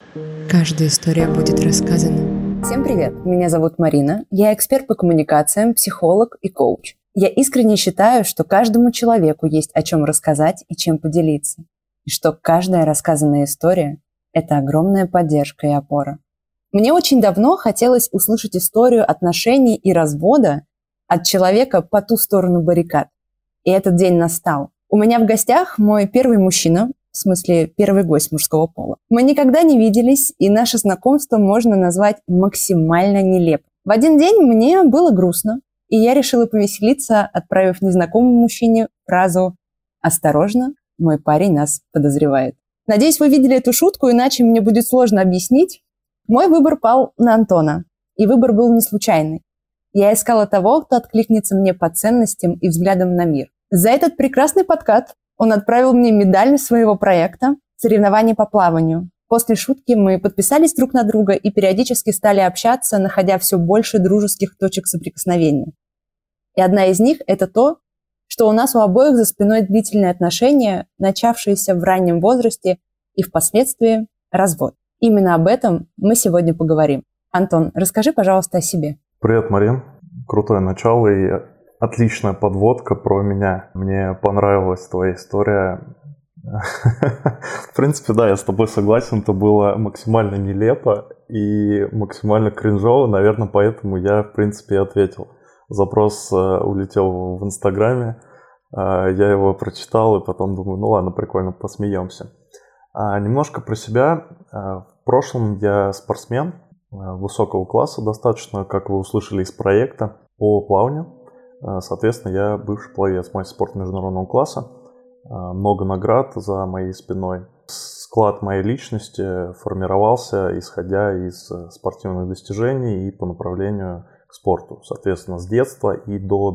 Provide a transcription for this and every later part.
Каждая история будет рассказана. Всем привет! Меня зовут Марина. Я эксперт по коммуникациям, психолог и коуч. Я искренне считаю, что каждому человеку есть о чем рассказать и чем поделиться. И что каждая рассказанная история – это огромная поддержка и опора. Мне очень давно хотелось услышать историю отношений и развода от человека по ту сторону баррикад. И этот день настал. У меня в гостях мой первый мужчина, в смысле первый гость мужского пола. Мы никогда не виделись, и наше знакомство можно назвать максимально нелепым. В один день мне было грустно, и я решила повеселиться, отправив незнакомому мужчине фразу «Осторожно, мой парень нас подозревает». Надеюсь, вы видели эту шутку, иначе мне будет сложно объяснить. Мой выбор пал на Антона, и выбор был не случайный. Я искала того, кто откликнется мне по ценностям и взглядам на мир. За этот прекрасный подкат он отправил мне медаль своего проекта «Соревнования по плаванию». После шутки мы подписались друг на друга и периодически стали общаться, находя все больше дружеских точек соприкосновения. И одна из них – это то, что у нас у обоих за спиной длительные отношения, начавшиеся в раннем возрасте и впоследствии развод. Именно об этом мы сегодня поговорим. Антон, расскажи, пожалуйста, о себе. Привет, Марин. Крутое начало и отличная подводка про меня. Мне понравилась твоя история. В принципе, да, я с тобой согласен. Это было максимально нелепо и максимально кринжово. Наверное, поэтому я, в принципе, и ответил. Запрос улетел в Инстаграме. Я его прочитал и потом думаю, ну ладно, прикольно, посмеемся. Немножко про себя. В прошлом я спортсмен высокого класса достаточно, как вы услышали из проекта по плаванию. Соответственно, я бывший пловец, мастер спорта международного класса. Много наград за моей спиной. Склад моей личности формировался, исходя из спортивных достижений и по направлению к спорту. Соответственно, с детства и до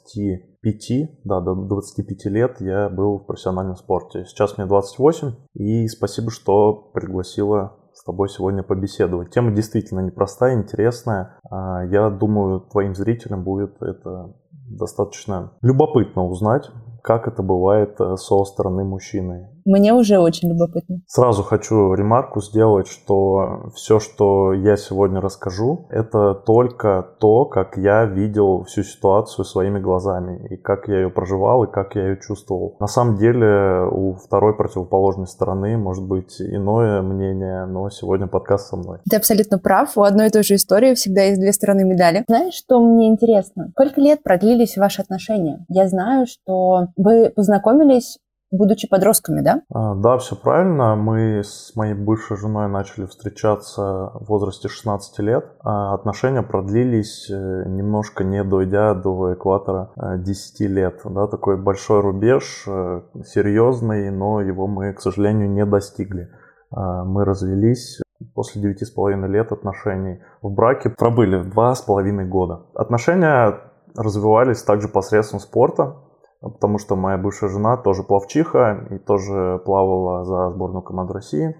25 лет я был в профессиональном спорте. Сейчас мне 28, и спасибо, что пригласила с тобой сегодня побеседовать. Тема действительно непростая, интересная. Я думаю, твоим зрителям будет это достаточно любопытно узнать, как это бывает со стороны мужчины. Мне уже очень любопытно. Сразу хочу ремарку сделать, что все, что я сегодня расскажу, это только то, как я видел всю ситуацию своими глазами, и как я ее проживал, и как я ее чувствовал. На самом деле у второй противоположной стороны может быть иное мнение, но сегодня подкаст со мной. Ты абсолютно прав. У одной и той же истории всегда есть две стороны медали. Знаешь, что мне интересно? Сколько лет продлились ваши отношения? Я знаю, что вы познакомились, будучи подростками, да? Да, все правильно. Мы с моей бывшей женой начали встречаться в возрасте 16 лет. Отношения продлились, немножко не дойдя до экватора 10 лет. Да, такой большой рубеж, серьезный, но его мы, к сожалению, не достигли. Мы развелись после 9,5 лет отношений. В браке пробыли 2,5 года. Отношения развивались также посредством спорта, потому что моя бывшая жена тоже пловчиха и тоже плавала за сборную команду России.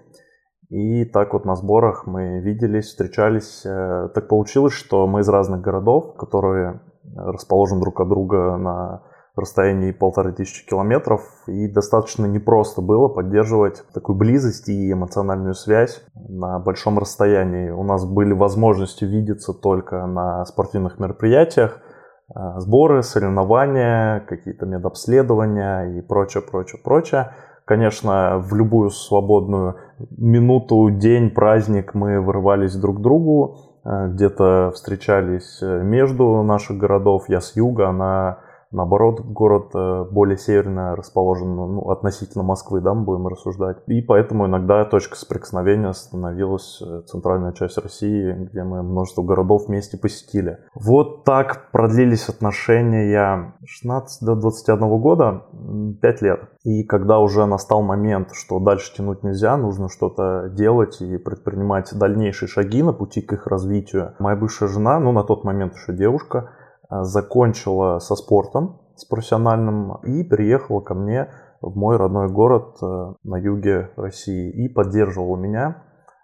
И так вот на сборах мы виделись, встречались. Так получилось, что мы из разных городов, которые расположены друг от друга на расстоянии 1500 километров. И достаточно непросто было поддерживать такую близость и эмоциональную связь на большом расстоянии. У нас были возможности видеться только на спортивных мероприятиях. Сборы, соревнования, какие-то медобследования и прочее. Конечно, в любую свободную минуту, день, праздник мы вырывались друг к другу, где-то встречались между наших городов. Я с юга, она наоборот, город более северно расположен, относительно Москвы, да, мы будем рассуждать. И поэтому иногда точка соприкосновения становилась центральная часть России, где мы множество городов вместе посетили. Вот так продлились отношения 16 до 21 года, 5 лет. И когда уже настал момент, что дальше тянуть нельзя, нужно что-то делать и предпринимать дальнейшие шаги на пути к их развитию, моя бывшая жена, на тот момент еще девушка, закончила со спортом, с профессиональным, и приехала ко мне в мой родной город на юге России и поддерживала меня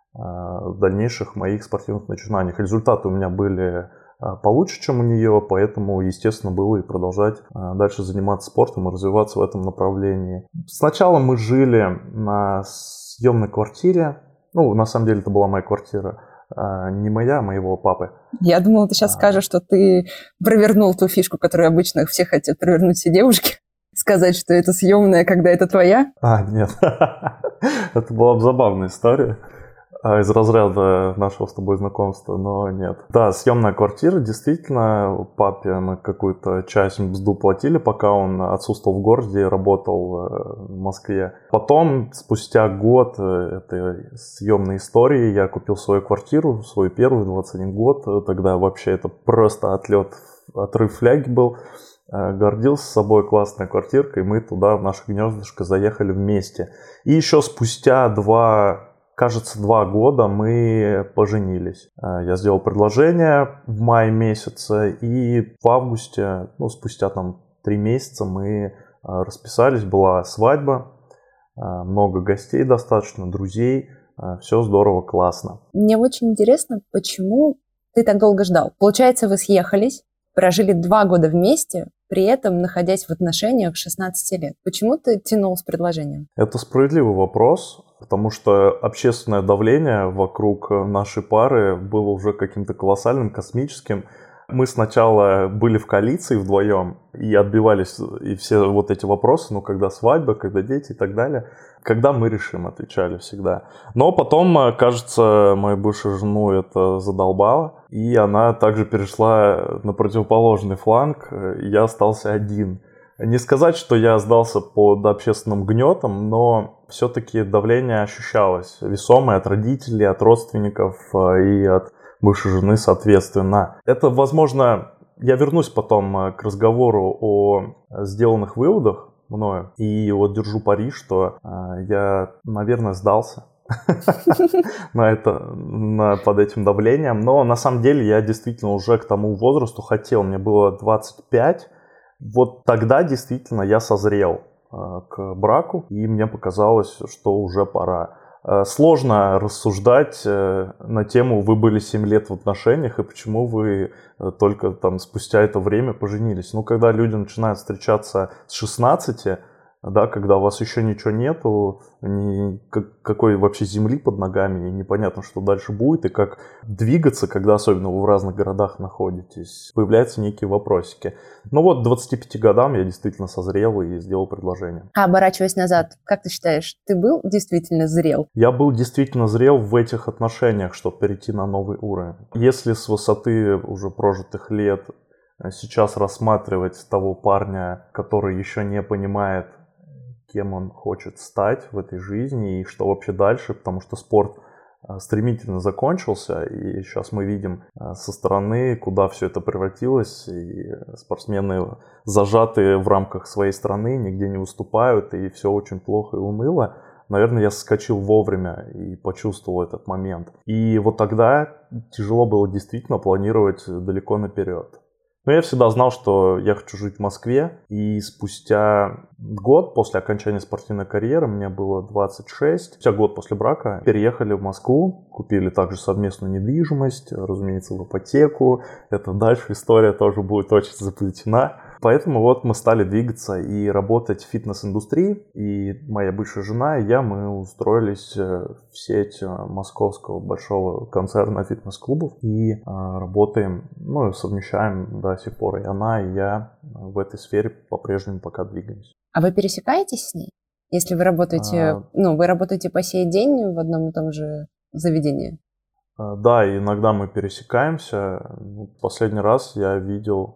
в дальнейших моих спортивных начинаниях. Результаты у меня были получше, чем у нее, поэтому, естественно, было и продолжать дальше заниматься спортом и развиваться в этом направлении. Сначала мы жили на съемной квартире Ну, на самом деле, это была моя квартира. Не моя, а моего папы. Я думала, ты сейчас скажешь, что ты провернул ту фишку, которую обычно все хотят провернуть все девушки. Сказать, что это съемная, когда это твоя. Нет. Это была бы забавная история из разряда нашего с тобой знакомства, но нет. Да, съемная квартира, действительно, папе мы какую-то часть мзду платили, пока он отсутствовал в городе и работал в Москве. Потом, спустя год этой съемной истории, я купил свою квартиру, свою первую, 21 год. Тогда вообще это просто отрыв фляги был. Гордился собой, классная квартирка, и мы туда, в наше гнездышко, заехали вместе. И еще спустя 2 года мы поженились. Я сделал предложение в мае месяце, и в августе, спустя 3 месяца мы расписались, была свадьба, много гостей достаточно, друзей, все здорово, классно. Мне очень интересно, почему ты так долго ждал. Получается, вы съехались, прожили 2 года вместе, при этом находясь в отношениях 16 лет. Почему ты тянул с предложением? Это справедливый вопрос, потому что общественное давление вокруг нашей пары было уже каким-то колоссальным, космическим. Мы сначала были в коалиции вдвоем и отбивались, и все вот эти вопросы, когда свадьба, когда дети и так далее. Когда мы решим, отвечали всегда. Но потом, кажется, мою бывшую жену это задолбало, и она также перешла на противоположный фланг, и я остался один. Не сказать, что я сдался под общественным гнетом, но все-таки давление ощущалось весомое от родителей, от родственников и от бывшей жены, соответственно. Это, возможно, я вернусь потом к разговору о сделанных выводах мною. И вот держу пари, что я, наверное, сдался под этим давлением. Но на самом деле я действительно уже к тому возрасту хотел. Мне было 25. Вот тогда действительно я созрел к браку. И мне показалось, что уже пора. Сложно рассуждать на тему «Вы были 7 лет в отношениях, и почему вы только спустя это время поженились?» Когда люди начинают встречаться с 16, да, когда у вас еще ничего нету, какой вообще земли под ногами, и непонятно, что дальше будет, и как двигаться, когда особенно вы в разных городах находитесь, появляются некие вопросики. Но 25 годам я действительно созрел и сделал предложение. А оборачиваясь назад, как ты считаешь, ты был действительно зрел? Я был действительно зрел в этих отношениях, чтобы перейти на новый уровень. Если с высоты уже прожитых лет сейчас рассматривать того парня, который еще не понимает, кем он хочет стать в этой жизни и что вообще дальше, потому что спорт стремительно закончился, и сейчас мы видим со стороны, куда все это превратилось, и спортсмены, зажатые в рамках своей страны, нигде не выступают, и все очень плохо и уныло. Наверное, я соскочил вовремя и почувствовал этот момент. И вот тогда тяжело было действительно планировать далеко наперед. Но я всегда знал, что я хочу жить в Москве, и спустя год после окончания спортивной карьеры, мне было 26, спустя год после брака, переехали в Москву, купили также совместную недвижимость, разумеется, в ипотеку. Это дальше история тоже будет очень заплетена. Поэтому мы стали двигаться и работать в фитнес-индустрии. И моя бывшая жена и я, мы устроились в сеть московского большого концерна фитнес-клубов. И работаем, совмещаем до сих пор. И она, и я в этой сфере по-прежнему пока двигаемся. А вы пересекаетесь с ней? Если вы работаете, вы работаете по сей день в одном и том же заведении? Да, иногда мы пересекаемся. Последний раз я видел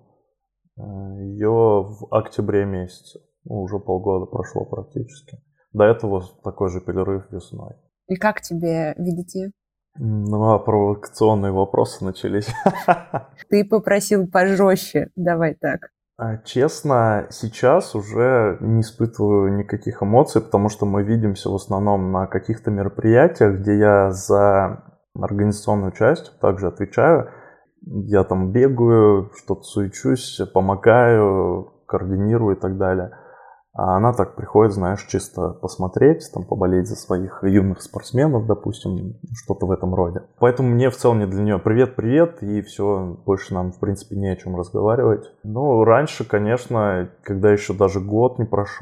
ее в октябре месяце. Уже полгода прошло практически. До этого такой же перерыв весной. И как тебе видеть ее? Провокационные вопросы начались. Ты попросил пожестче. Давай так. Честно, сейчас уже не испытываю никаких эмоций, потому что мы видимся в основном на каких-то мероприятиях, где я за организационную часть также отвечаю. Я бегаю, что-то суечусь, помогаю, координирую и так далее. А она так приходит, чисто посмотреть, поболеть за своих юных спортсменов, допустим, что-то в этом роде. Поэтому мне в целом не для нее привет, и все, больше нам, в принципе, не о чем разговаривать. Раньше, конечно, когда еще даже год не прошел,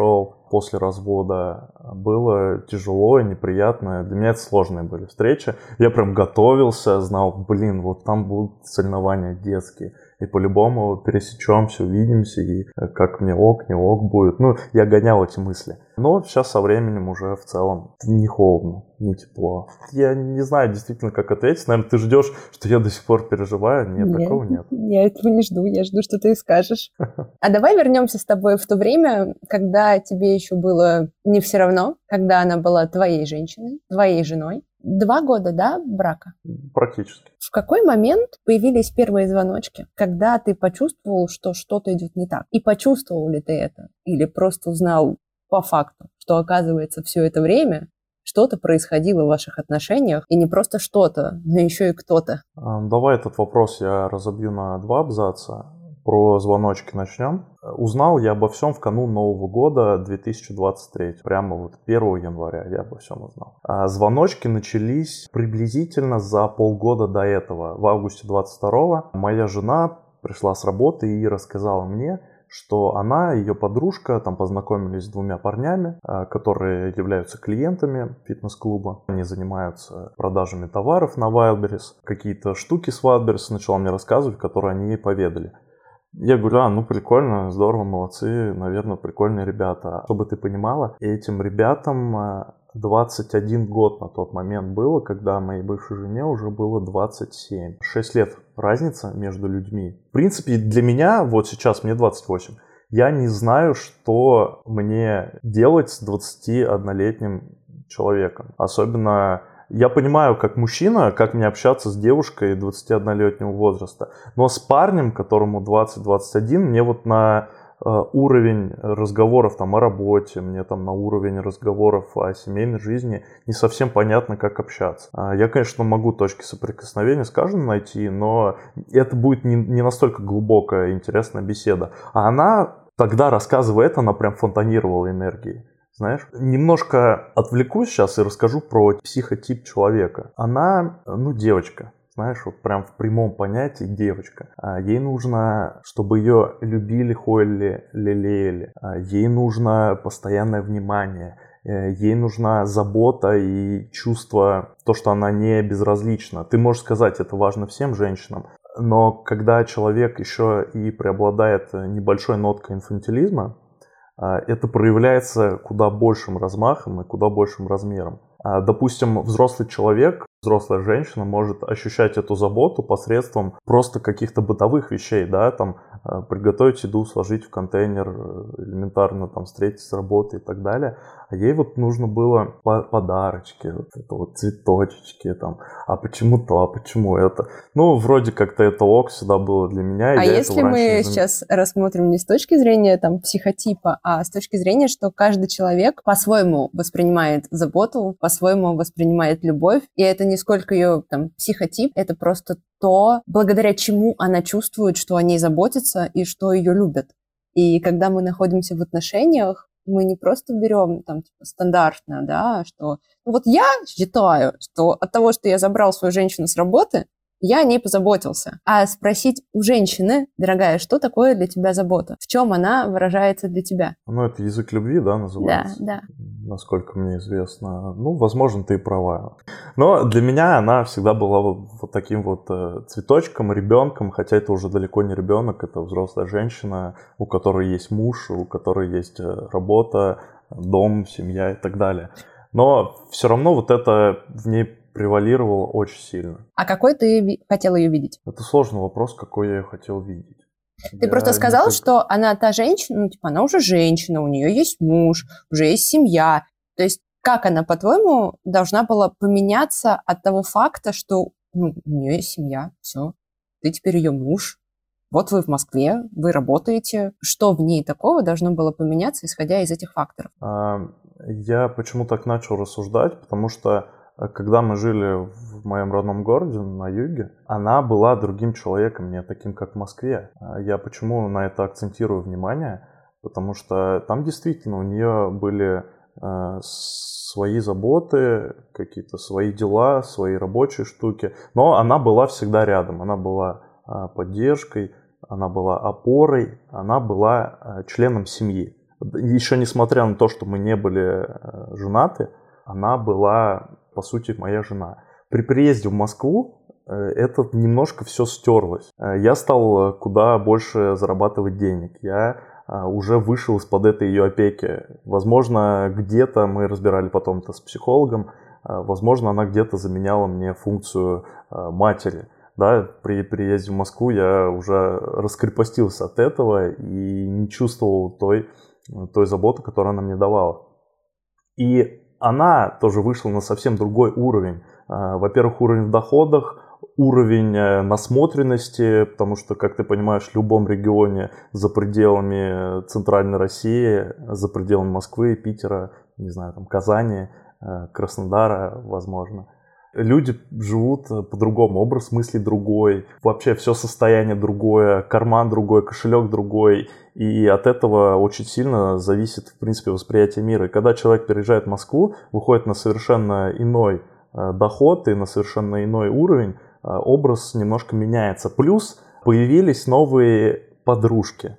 после развода. Было тяжело и неприятно. Для меня это сложные были встречи. Я прям готовился, знал, вот там будут соревнования детские. И по-любому пересечемся, увидимся, и как мне ок, не ок будет. Я гонял эти мысли. Но сейчас со временем уже в целом не холодно, не тепло. Я не знаю действительно, как ответить. Наверное, ты ждешь, что я до сих пор переживаю. Нет, такого нет. Я этого не жду, я жду, что ты скажешь. А давай вернемся с тобой в то время, когда тебе еще было не все равно, когда она была твоей женщиной, твоей женой. 2 года, да, брака? Практически. В какой момент появились первые звоночки, когда ты почувствовал, что что-то идет не так? И почувствовал ли ты это? Или просто узнал по факту, что, оказывается, все это время что-то происходило в ваших отношениях, и не просто что-то, но еще и кто-то? Давай этот вопрос я разобью на 2 абзаца. Про звоночки начнем. Узнал я обо всем в канун Нового года 2023. Прямо 1 января я обо всем узнал. А звоночки начались приблизительно за полгода до этого. В августе 22-го моя жена пришла с работы и рассказала мне, что она и ее подружка там познакомились с 2 парнями, которые являются клиентами фитнес-клуба. Они занимаются продажами товаров на Wildberries. Какие-то штуки с Wildberries начала мне рассказывать, которые они ей поведали. Я говорю, прикольно, здорово, молодцы, наверное, прикольные ребята. Чтобы ты понимала, этим ребятам 21 год на тот момент было, когда моей бывшей жене уже было 27. 6 лет разница между людьми. В принципе, для меня, вот сейчас мне 28, я не знаю, что мне делать с 21-летним человеком. Особенно... Я понимаю, как мужчина, как мне общаться с девушкой 21-летнего возраста. Но с парнем, которому 20-21, мне на уровень разговоров о работе, мне на уровень разговоров о семейной жизни не совсем понятно, как общаться. Я, конечно, могу точки соприкосновения с каждым найти, но это будет не настолько глубокая, интересная беседа. А она, тогда рассказывая это, она прям фонтанировала энергией. Знаешь, немножко отвлекусь сейчас и расскажу про психотип человека. Она, девочка, знаешь, прям в прямом понятии девочка. Ей нужно, чтобы ее любили, холили, лелеяли. Ей нужно постоянное внимание. Ей нужна забота и чувство, то, что она не безразлична. Ты можешь сказать, это важно всем женщинам. Но когда человек еще и преобладает небольшой ноткой инфантилизма, это проявляется куда большим размахом и куда большим размером. Допустим, взрослый человек, взрослая женщина может ощущать эту заботу посредством просто каких-то бытовых вещей, да, приготовить еду, сложить в контейнер, элементарно встретиться с работы и так далее. А ей нужно было подарочки, цветочки, а почему то, а почему это. Вроде как-то это ок всегда было для меня. А если мы сейчас рассмотрим не с точки зрения психотипа, а с точки зрения, что каждый человек по-своему воспринимает заботу, по-своему воспринимает любовь, и это не сколько ее психотип, это просто то, благодаря чему она чувствует, что о ней заботятся и что ее любят. И когда мы находимся в отношениях, мы не просто берем стандартно, да, что я считаю, что от того, что я забрал свою женщину с работы, я о ней позаботился. А спросить у женщины, дорогая, что такое для тебя забота? В чем она выражается для тебя? Это язык любви, да, называется? Да. Насколько мне известно. Возможно, ты и права. Но для меня она всегда была таким цветочком, ребенком, хотя это уже далеко не ребенок, это взрослая женщина, у которой есть муж, у которой есть работа, дом, семья и так далее. Но все равно это в ней превалировало очень сильно. А какой ты хотел ее видеть? Это сложный вопрос, какой я ее хотел видеть. Ты просто сказал, что она та женщина, она уже женщина, у нее есть муж, уже есть семья. То есть как она, по-твоему, должна была поменяться от того факта, что у нее есть семья, все, ты теперь ее муж, вот вы в Москве, вы работаете. Что в ней такого должно было поменяться, исходя из этих факторов? Я почему так начал рассуждать, потому что когда мы жили в моем родном городе на юге, она была другим человеком, не таким, как в Москве. Я почему на это акцентирую внимание? Потому что там действительно у нее были свои заботы, какие-то свои дела, свои рабочие штуки. Но она была всегда рядом, она была поддержкой, она была опорой, она была членом семьи. Еще несмотря на то, что мы не были женаты, она была, по сути, моя жена. При приезде в Москву это немножко все стерлось. Я стал куда больше зарабатывать денег. Я уже вышел из-под этой ее опеки. Возможно, где-то мы разбирали потом это с психологом, возможно, она где-то заменяла мне функцию матери. Да, при приезде в Москву я уже раскрепостился от этого и не чувствовал той заботы, которую она мне давала. И она тоже вышла на совсем другой уровень. Во-первых, уровень в доходах, уровень насмотренности, потому что, как ты понимаешь, в любом регионе за пределами центральной России, за пределами Москвы, Питера, не знаю, там, Казани, Краснодара, возможно, люди живут по-другому, образ мысли другой, вообще все состояние другое, карман другой, кошелек другой, и от этого очень сильно зависит, в принципе, восприятие мира. И когда человек переезжает в Москву, выходит на совершенно иной доход и на совершенно иной уровень, образ немножко меняется. Плюс появились новые подружки.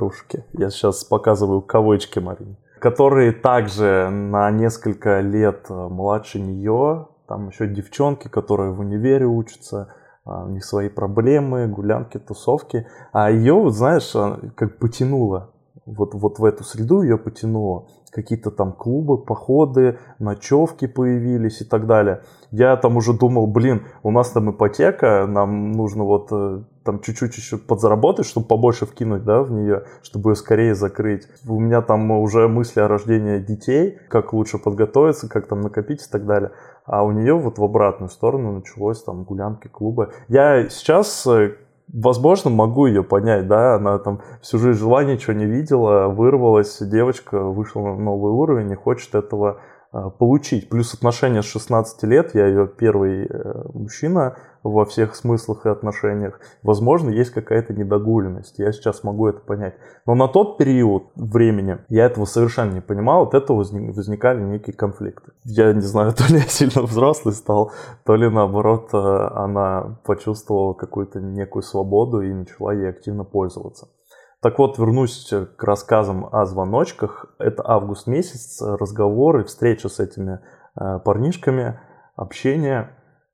Я сейчас показываю кавычки, Марине, которые также на несколько лет младше нее. Там еще девчонки, которые в универе учатся, у них свои проблемы, гулянки, тусовки. А ее, вот знаешь, как потянуло. Вот в эту среду ее потянуло. Какие-то там клубы, походы, ночевки появились и так далее. Я там уже думал, у нас там ипотека, нам нужно вот там чуть-чуть еще подзаработать, чтобы побольше вкинуть, да, в нее, чтобы ее скорее закрыть. У меня там уже мысли о рождении детей, как лучше подготовиться, как там накопить и так далее. А у нее вот в обратную сторону началось там гулянки, клубы. Я сейчас, возможно, могу ее понять, да, она там всю жизнь жила, ничего не видела, вырвалась, девочка вышла на новый уровень и хочет этого получить. Плюс отношения с 16 лет, я ее первый мужчина во всех смыслах и отношениях. Возможно, есть какая-то недогуленность, я сейчас могу это понять. Но на тот период времени я этого совершенно не понимал, от этого возникали некие конфликты. Я не знаю, то ли я сильно взрослый стал, то ли наоборот она почувствовала какую-то некую свободу и начала ей активно пользоваться. Так вот, вернусь к рассказам о звоночках. Это август месяц, разговоры, встреча с этими парнишками, общение.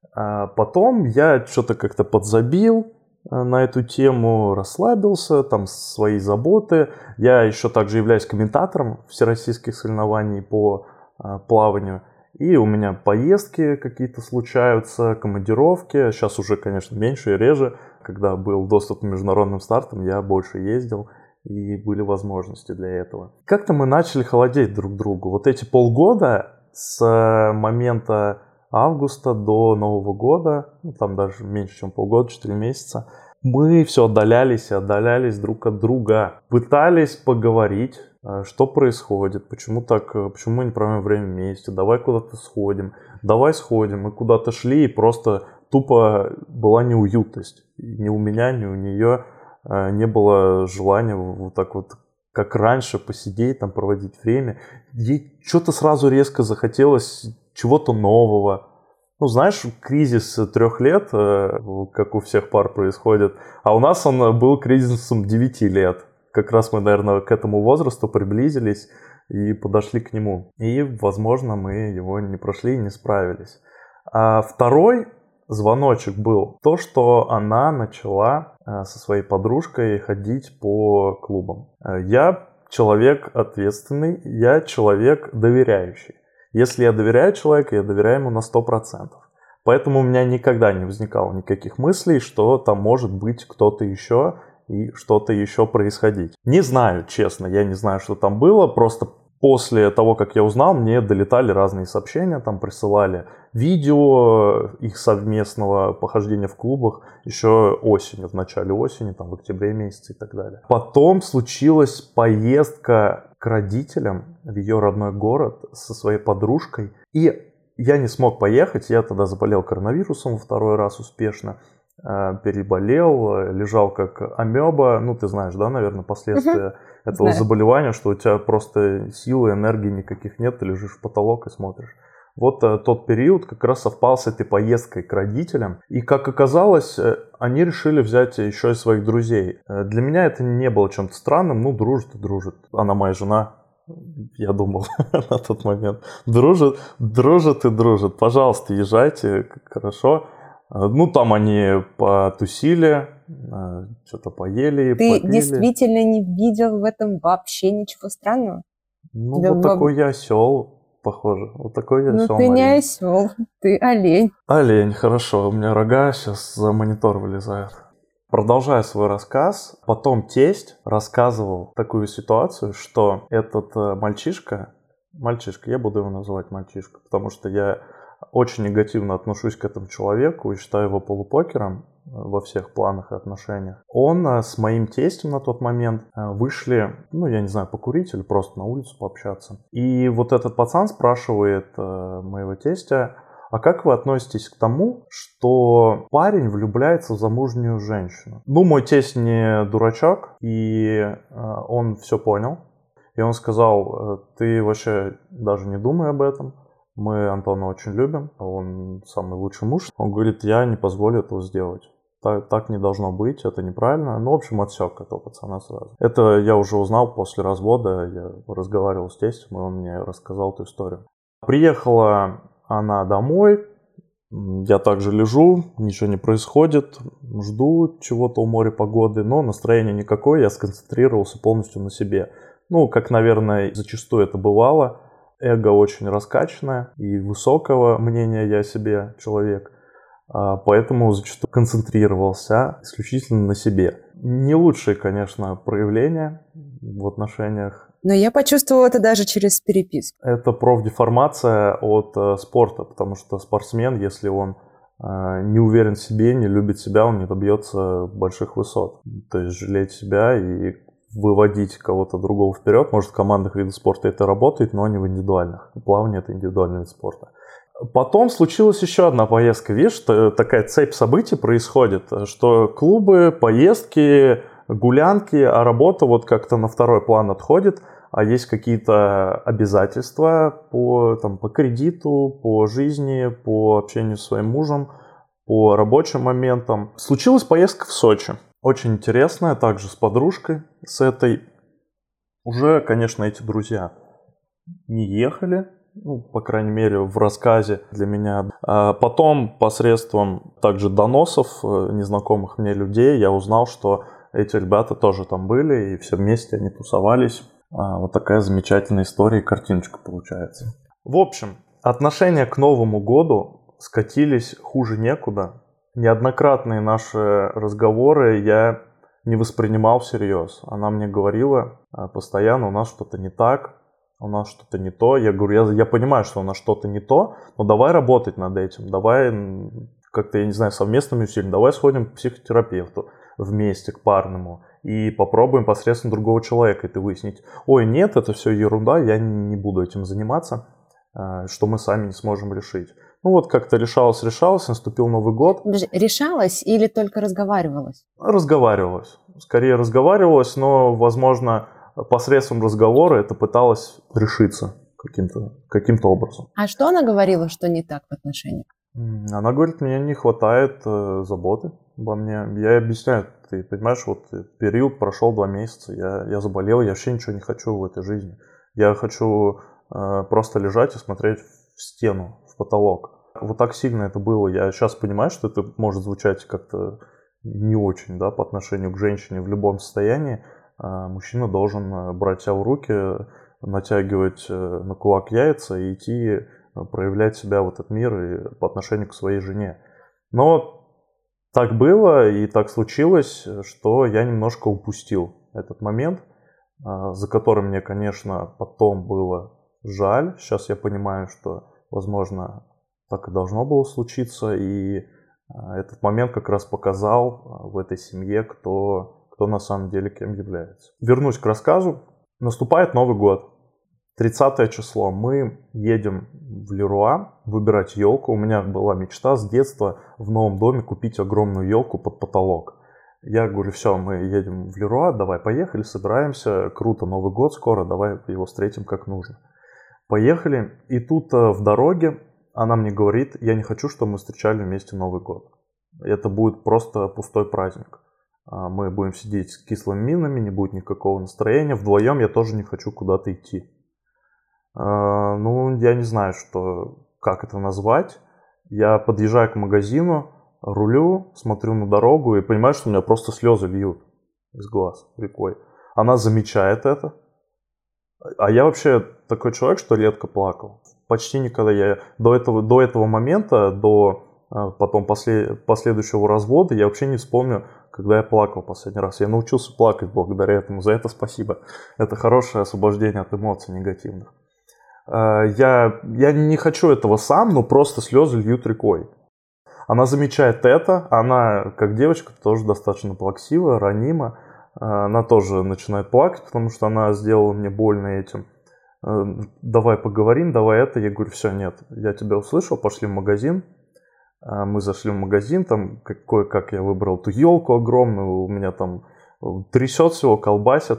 Потом я что-то как-то подзабил на эту тему, расслабился, там свои заботы. Я еще также являюсь комментатором всероссийских соревнований по плаванию. И у меня поездки какие-то случаются, командировки. Сейчас уже, конечно, меньше и реже. Когда был доступ к международным стартам, я больше ездил, и были возможности для этого. Как-то мы начали холодеть друг к другу. Вот эти полгода с момента августа до Нового года, там даже меньше, чем полгода, 4 месяца, мы все отдалялись друг от друга. Пытались поговорить, что происходит, почему мы не проводим время вместе, давай куда-то сходим. Мы куда-то шли, и просто тупо была неуютность. Ни у меня, ни у нее не было желания вот так вот, как раньше, посидеть, там, проводить время. Ей что-то сразу резко захотелось чего-то нового. Ну, знаешь, кризис 3 лет, как у всех пар происходит, а у нас он был кризисом 9 лет. Как раз мы, наверное, к этому возрасту приблизились и подошли к нему. И, возможно, мы его не прошли и не справились. А второй звоночек был то, что она начала со своей подружкой ходить по клубам. Я человек ответственный, я человек доверяющий. Если я доверяю человеку, я доверяю ему на 100%. Поэтому у меня никогда не возникало никаких мыслей, что там может быть кто-то еще и что-то еще происходить. Не знаю, честно, я не знаю, что там было, просто после того, как я узнал, мне долетали разные сообщения, там присылали видео их совместного похождения в клубах еще осенью, в начале осени, там в октябре месяце и так далее. Потом случилась поездка к родителям в ее родной город со своей подружкой, и я не смог поехать, я тогда заболел коронавирусом во 2-й раз успешно, переболел, лежал как амеба, ну ты знаешь, да, наверное, последствия этого заболевания, что у тебя просто силы, энергии никаких нет, ты лежишь в потолок и смотришь. Вот тот период как раз совпал с этой поездкой к родителям. И, как оказалось, они решили взять еще и своих друзей. Для меня это не было чем-то странным. Ну, дружит и дружит. Она моя жена, я думал на тот момент. Дружит и дружит. Пожалуйста, езжайте, хорошо. Ну, там они потусили, что-то поели, Ты попили. действительно не видел в этом вообще ничего странного? Ну, Тебя вот такой я осел. Похоже. Вот такой я Ну, осел, ты не Марина. осел, ты олень. Олень, хорошо. У меня рога сейчас за монитор вылезают. Продолжая свой рассказ, потом тесть рассказывал такую ситуацию, что этот мальчишка, я буду его называть мальчишка, потому что я очень негативно отношусь к этому человеку и считаю его полупокером во всех планах и отношениях. Он с моим тестем на тот момент вышли, ну, я не знаю, покурить или просто на улицу пообщаться. И вот этот пацан спрашивает моего тестя: а как вы относитесь к тому, что парень влюбляется в замужнюю женщину? Ну, мой тесть не дурачок, и он все понял. И он сказал: ты вообще даже не думай об этом. Мы Антона очень любим, он самый лучший муж. Он говорит: я не позволю этого сделать. Так не должно быть, это неправильно. Ну, в общем, отсек этого пацана сразу. Это я уже узнал после развода. Я разговаривал с тестем, и он мне рассказал эту историю. Приехала она домой. Я также лежу, ничего не происходит. Жду чего-то у моря погоды, но настроения никакое. Я сконцентрировался полностью на себе. Ну, как, наверное, зачастую это бывало. Эго очень раскачанное и высокого мнения я о себе человек. Поэтому зачастую концентрировался исключительно на себе. Не лучшие, конечно, проявления в отношениях. Но я почувствовала это даже через переписку. Это профдеформация от спорта, потому что спортсмен, если он не уверен в себе, не любит себя, он не добьется больших высот. То есть жалеть себя и выводить кого-то другого вперед. Может, в командных видах спорта это работает, но не в индивидуальных. Плавание — это индивидуальный вид спорта. Потом случилась еще одна поездка. Видишь, такая цепь событий происходит, что клубы, поездки, гулянки, а работа вот как-то на второй план отходит, а есть какие-то обязательства по кредиту, по жизни, по общению с своим мужем, по рабочим моментам. Случилась поездка в Сочи. Очень интересная, также с подружкой, с этой. Уже, конечно, эти друзья не ехали, ну, по крайней мере, в рассказе для меня. А потом, посредством также доносов незнакомых мне людей, я узнал, что эти ребята тоже там были, и все вместе они тусовались. Вот такая замечательная история и картиночка получается. В общем, отношения к Новому году скатились хуже некуда. Неоднократные наши разговоры я не воспринимал всерьез. Она мне говорила постоянно: у нас что-то не так, у нас что-то не то. Я говорю: я понимаю, что у нас что-то не то, но давай работать над этим, давай как-то, я не знаю, совместными усилиями, давай сходим к психотерапевту вместе, к парному, и попробуем посредством другого человека это выяснить. Ой, нет, это все ерунда, я не буду этим заниматься, что мы сами не сможем решить. Ну вот как-то решалось, наступил Новый год. Решалось или только разговаривалось? Разговаривалось. Скорее разговаривалось, но, возможно, посредством разговора это пыталось решиться каким-то образом. А что она говорила, что не так в отношениях? Она говорит: мне не хватает заботы обо мне. Я ей объясняю: ты понимаешь, вот период прошел 2 месяца, я заболел, я вообще ничего не хочу в этой жизни. Я хочу просто лежать и смотреть в стену, в потолок. Вот так сильно это было. Я сейчас понимаю, что это может звучать как-то не очень, да, по отношению к женщине. В любом состоянии мужчина должен брать себя в руки, натягивать на кулак яйца и идти проявлять себя в этот мир и по отношению к своей жене. Но так было и так случилось, что я немножко упустил этот момент, за которым мне, конечно, потом было жаль. Сейчас я понимаю, что, возможно, так и должно было случиться, и этот момент как раз показал в этой семье, кто на самом деле кем является. Вернусь к рассказу. Наступает Новый год. 30 число. Мы едем в Леруа выбирать елку. У меня была мечта с детства в новом доме купить огромную елку под потолок. Я говорю: все, мы едем в Леруа, давай поехали, собираемся. Круто, Новый год скоро, давай его встретим как нужно. Поехали, и тут в дороге она мне говорит, я не хочу, чтобы мы встречали вместе Новый год. Это будет просто пустой праздник. Мы будем сидеть с кислыми минами, не будет никакого настроения. Вдвоем я тоже не хочу куда-то идти. Ну, я не знаю, как это назвать. Я подъезжаю к магазину, рулю, смотрю на дорогу и понимаю, что у меня просто слезы льют из глаз рекой. Она замечает это. А я вообще такой человек, что редко плакал. Почти никогда. Я до этого момента, до потом последующего развода, я вообще не вспомню, когда я плакал последний раз. Я научился плакать благодаря этому. За это спасибо. Это хорошее освобождение от эмоций негативных. Я не хочу этого сам, но просто слезы льют рекой. Она замечает это. Она, как девочка, тоже достаточно плаксивая, ранима. Она тоже начинает плакать, потому что она сделала мне больно этим. Давай поговорим, давай это. Я говорю, все, нет, я тебя услышал, пошли в магазин. Мы зашли в магазин, там кое-как я выбрал ту елку огромную, у меня там трясет всего, колбасит.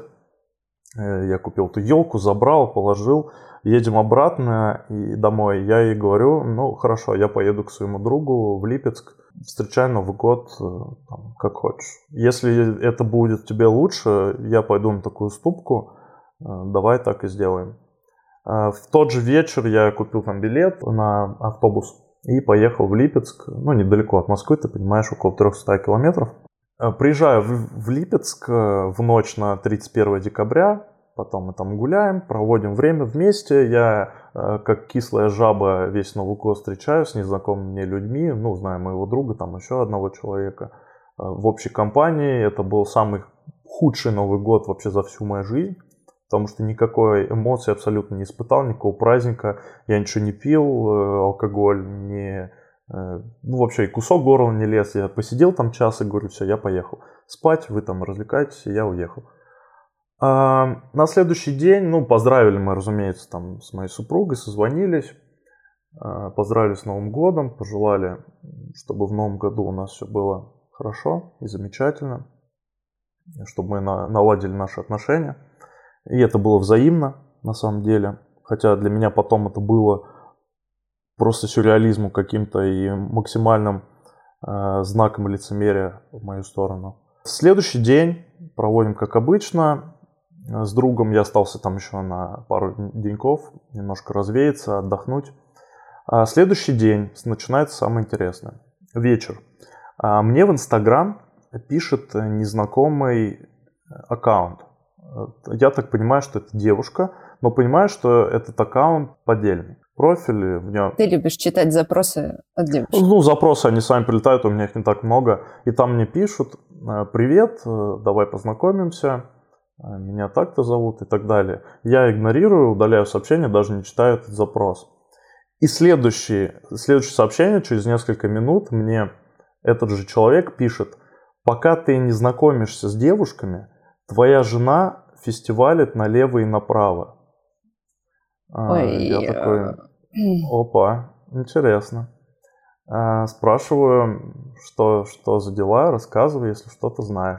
Я купил ту елку, забрал, положил. Едем обратно и домой. Я ей говорю, ну хорошо, я поеду к своему другу в Липецк. Встречай Новый год там, как хочешь. Если это будет тебе лучше, я пойду на такую уступку. Давай так и сделаем. В тот же вечер я купил там билет на автобус и поехал в Липецк. Ну, недалеко от Москвы, ты понимаешь, около 300 километров. Приезжаю в Липецк в ночь на 31 декабря. Потом мы там гуляем, проводим время вместе. Я, как кислая жаба, весь Новый год встречаюсь с незнакомыми мне людьми. Ну, знаю моего друга, там еще одного человека. В общей компании это был самый худший Новый год вообще за всю мою жизнь. Потому что никакой эмоции абсолютно не испытал, никакого праздника. Я ничего не пил, алкоголь ну, вообще и кусок горла не лез. Я посидел там час и говорю, все, я поехал. Спать, вы там развлекаетесь, и я уехал. На следующий день, ну, поздравили мы, разумеется, там с моей супругой, созвонились, поздравили с Новым годом, пожелали, чтобы в Новом году у нас все было хорошо и замечательно, чтобы мы наладили наши отношения. И это было взаимно, на самом деле, хотя для меня потом это было просто сюрреализмом каким-то и максимальным знаком лицемерия в мою сторону. Следующий день проводим как обычно. С другом я остался там еще на пару деньков, немножко развеяться, отдохнуть. А следующий день начинается самое интересное. Вечер. Мне в Инстаграм пишет незнакомый аккаунт. Я так понимаю, что это девушка, но понимаю, что этот аккаунт поддельный. Профиль в нем... Ты любишь читать запросы от девушек? Ну, запросы, они сами прилетают, у меня их не так много. И там мне пишут, привет, давай познакомимся. Меня так-то зовут и так далее. Я игнорирую, удаляю сообщение, даже не читаю этот запрос. И следующее сообщение, через несколько минут, мне этот же человек пишет, пока ты не знакомишься с девушками, твоя жена фестивалит налево и направо. Я такой, опа, интересно. Спрашиваю, что за дела, рассказывай, если что-то знаешь.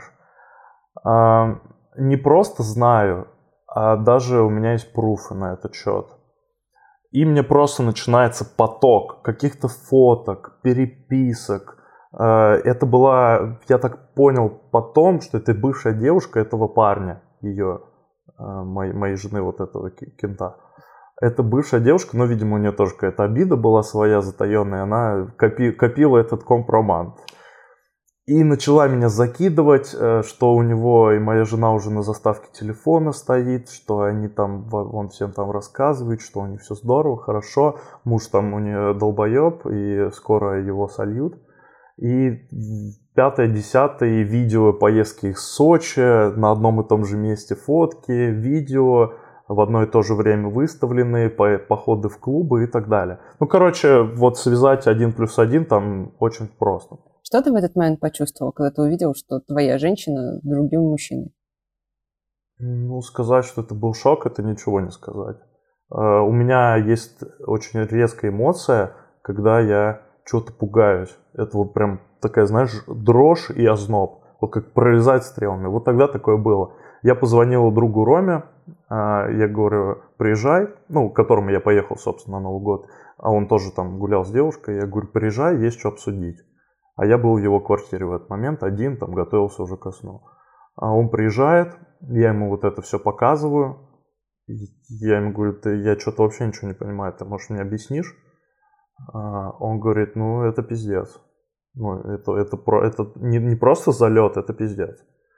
Не просто знаю, а даже у меня есть пруфы на этот счет. И мне просто начинается поток каких-то фоток, переписок. Это была, я так понял потом, что это бывшая девушка этого парня, моей жены, вот этого кента. Это бывшая девушка, но, видимо, у нее тоже какая-то обида была своя затаенная, она копила этот компромат. И начала меня закидывать, что у него и моя жена уже на заставке телефона стоит, что они там, он всем там рассказывает, что у них все здорово, хорошо, муж там у нее долбоеб, и скоро его сольют. И 5-10 видео поездки их в Сочи, на одном и том же месте фотки, видео, в одно и то же время выставленные, походы в клубы и так далее. Ну, короче, вот связать 1+1 там очень просто. Что ты в этот момент почувствовал, когда ты увидел, что твоя женщина с другим мужчиной? Ну, сказать, что это был шок, это ничего не сказать. У меня есть очень резкая эмоция, когда я чего-то пугаюсь. Это вот прям такая, знаешь, дрожь и озноб. Вот как прорезать стрелами. Вот тогда такое было. Я позвонил другу Роме, я говорю, приезжай, ну, к которому я поехал, собственно, на Новый год, а он тоже там гулял с девушкой, я говорю, приезжай, есть что обсудить. А я был в его квартире в этот момент, один, там, готовился уже ко сну. А он приезжает, я ему вот это все показываю, я ему говорю, я что-то вообще ничего не понимаю, ты, может, мне объяснишь? Он говорит, ну, это пиздец. Ну, это не просто залет, это пиздец.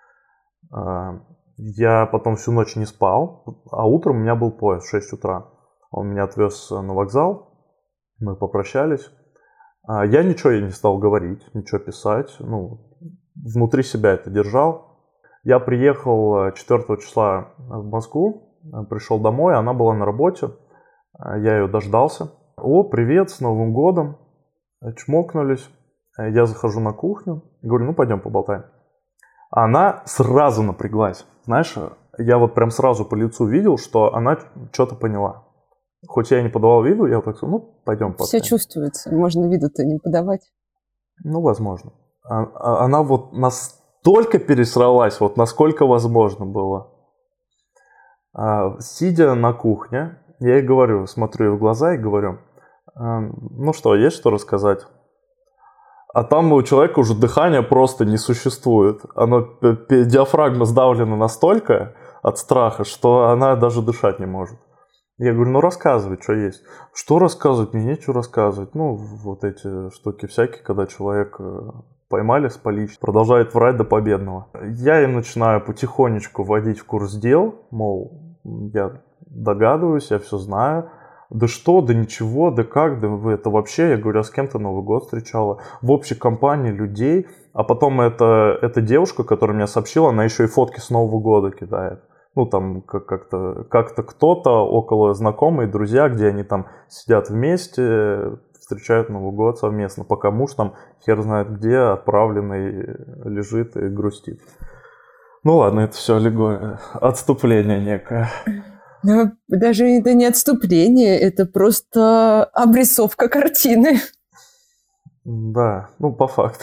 Я потом всю ночь не спал, а утром у меня был поезд в 6 утра. Он меня отвез на вокзал, мы попрощались. Я ничего ей не стал говорить, ничего писать, ну, внутри себя это держал. Я приехал 4 числа в Москву, пришел домой, она была на работе, я ее дождался. О, привет, с Новым годом, чмокнулись. Я захожу на кухню, говорю, ну, пойдем поболтаем. Она сразу напряглась. Знаешь, я вот прям сразу по лицу видел, что она что-то поняла. Хоть я и не подавал виду, я вот так сказал, ну, пойдем поболтаем. Все чувствуется, можно виду-то не подавать. Ну, возможно. Она вот настолько пересралась, вот насколько возможно было. Сидя на кухне, я ей говорю, смотрю ей в глаза и говорю, ну что, есть что рассказать? А там у человека уже дыхания просто не существует. Диафрагма сдавлена настолько от страха, что она даже дышать не может. Я говорю, ну рассказывай, что есть. Что рассказывать? Мне нечего рассказывать. Ну, вот эти штуки всякие, когда человек поймали с поличным, продолжает врать до победного. Я им начинаю потихонечку вводить в курс дел, мол, я догадываюсь, я все знаю. Да что, да ничего, да как, да вы это вообще, я говорю, а с кем ты Новый год встречала? В общей компании людей, а потом эта девушка, которая мне сообщила, она еще и фотки с Нового года кидает. Ну, там как-то кто-то около знакомые, друзья, где они там сидят вместе, встречают Новый год совместно, пока муж там хер знает где, отправленный, лежит и грустит. Ну ладно, это все аллегория, отступление некое. Но даже это не отступление, это просто обрисовка картины. Да, ну по факту.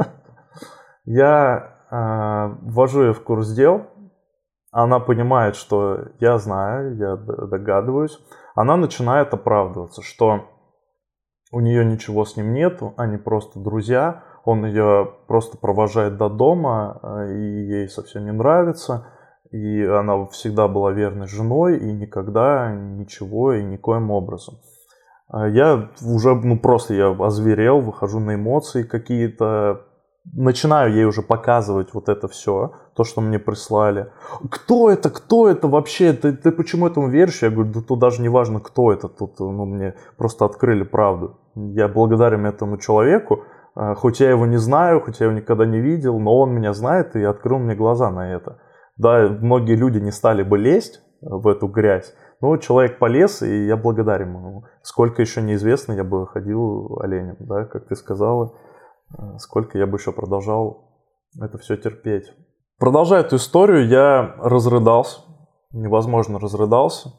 Я ввожу ее в курс дел, она понимает, что я знаю, я догадываюсь. Она начинает оправдываться, что у нее ничего с ним нету, они просто друзья, он ее просто провожает до дома, и ей совсем не нравится. И она всегда была верной женой и никогда ничего и никоим образом. Я уже, просто я озверел, выхожу на эмоции какие-то, начинаю ей уже показывать вот это все, то, что мне прислали. Кто это вообще? Ты почему этому веришь? Я говорю, да тут даже не важно, кто это, тут мне просто открыли правду. Я благодарен этому человеку, хоть я его не знаю, хоть я его никогда не видел, но он меня знает и открыл мне глаза на это. Да, многие люди не стали бы лезть в эту грязь, но человек полез, и я благодарен ему. Сколько еще неизвестно, я бы ходил оленем, да, как ты сказала, сколько я бы еще продолжал это все терпеть. Продолжая эту историю, я разрыдался, невозможно разрыдался,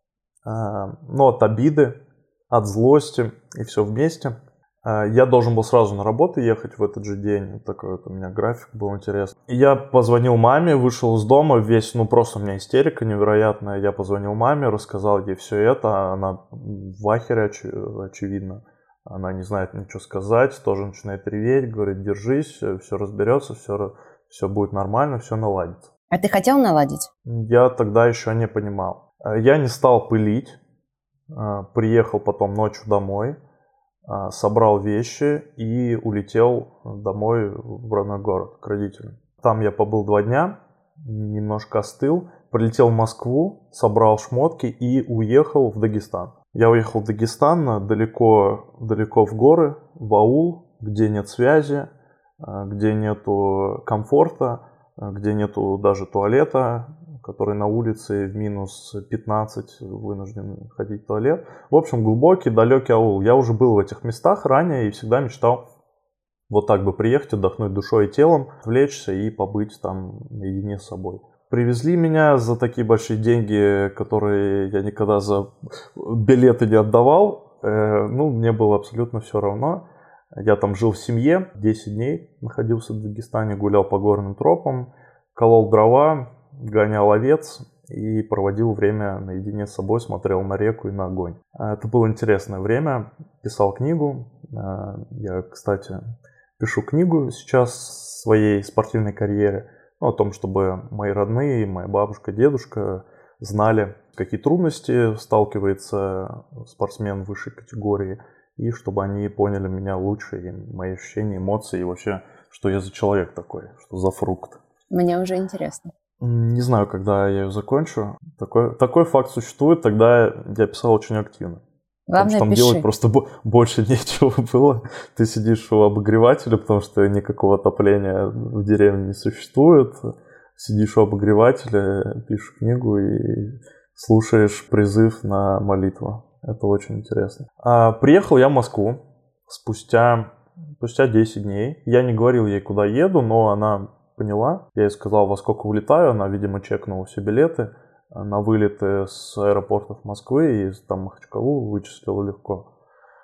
но от обиды, от злости и все вместе. Я должен был сразу на работу ехать в этот же день. Такой вот у меня график был интересный. И я позвонил маме, вышел из дома весь, просто у меня истерика невероятная. Я позвонил маме, рассказал ей все это. Она в ахере, очевидно. Она не знает ничего сказать, тоже начинает реветь, говорит, держись, все разберется, все будет нормально, все наладится. А ты хотел наладить? Я тогда еще не понимал. Я не стал пылить. Приехал потом ночью домой. Собрал вещи и улетел домой в родной город к родителям. Там я побыл 2 дня, немножко остыл, прилетел в Москву, собрал шмотки и уехал в Дагестан. Я уехал в Дагестан далеко в горы, в аул, где нет связи, где нету комфорта, где нету даже туалета, который на улице в минус 15 вынужден ходить в туалет. В общем, глубокий, далекий аул. Я уже был в этих местах ранее и всегда мечтал вот так бы приехать, отдохнуть душой и телом, отвлечься и побыть там наедине с собой. Привезли меня за такие большие деньги, которые я никогда за билеты не отдавал. Мне было абсолютно все равно. Я там жил в семье, 10 дней находился в Дагестане, гулял по горным тропам, колол дрова, гонял овец и проводил время наедине с собой, смотрел на реку и на огонь. Это было интересное время. Писал книгу. Я, кстати, пишу книгу сейчас в своей спортивной карьере. О том, чтобы мои родные, моя бабушка, дедушка знали, какие трудности сталкивается спортсмен высшей категории, и чтобы они поняли меня лучше, и мои ощущения, эмоции, и вообще, что я за человек такой, что за фрукт. Мне уже интересно. Не знаю, когда я ее закончу. Такой факт существует, тогда я писал очень активно. Главное, потому что там пиши. делать просто больше нечего было. Ты сидишь у обогревателя, потому что никакого отопления в деревне не существует. Сидишь у обогревателя, пишешь книгу и слушаешь призыв на молитву. Это очень интересно. Приехал я в Москву спустя 10 дней. Я не говорил ей, куда еду, но она поняла. Я ей сказал, во сколько улетаю. Она, видимо, чекнула все билеты на вылеты с аэропортов Москвы и там Махачкалу, вычислила легко.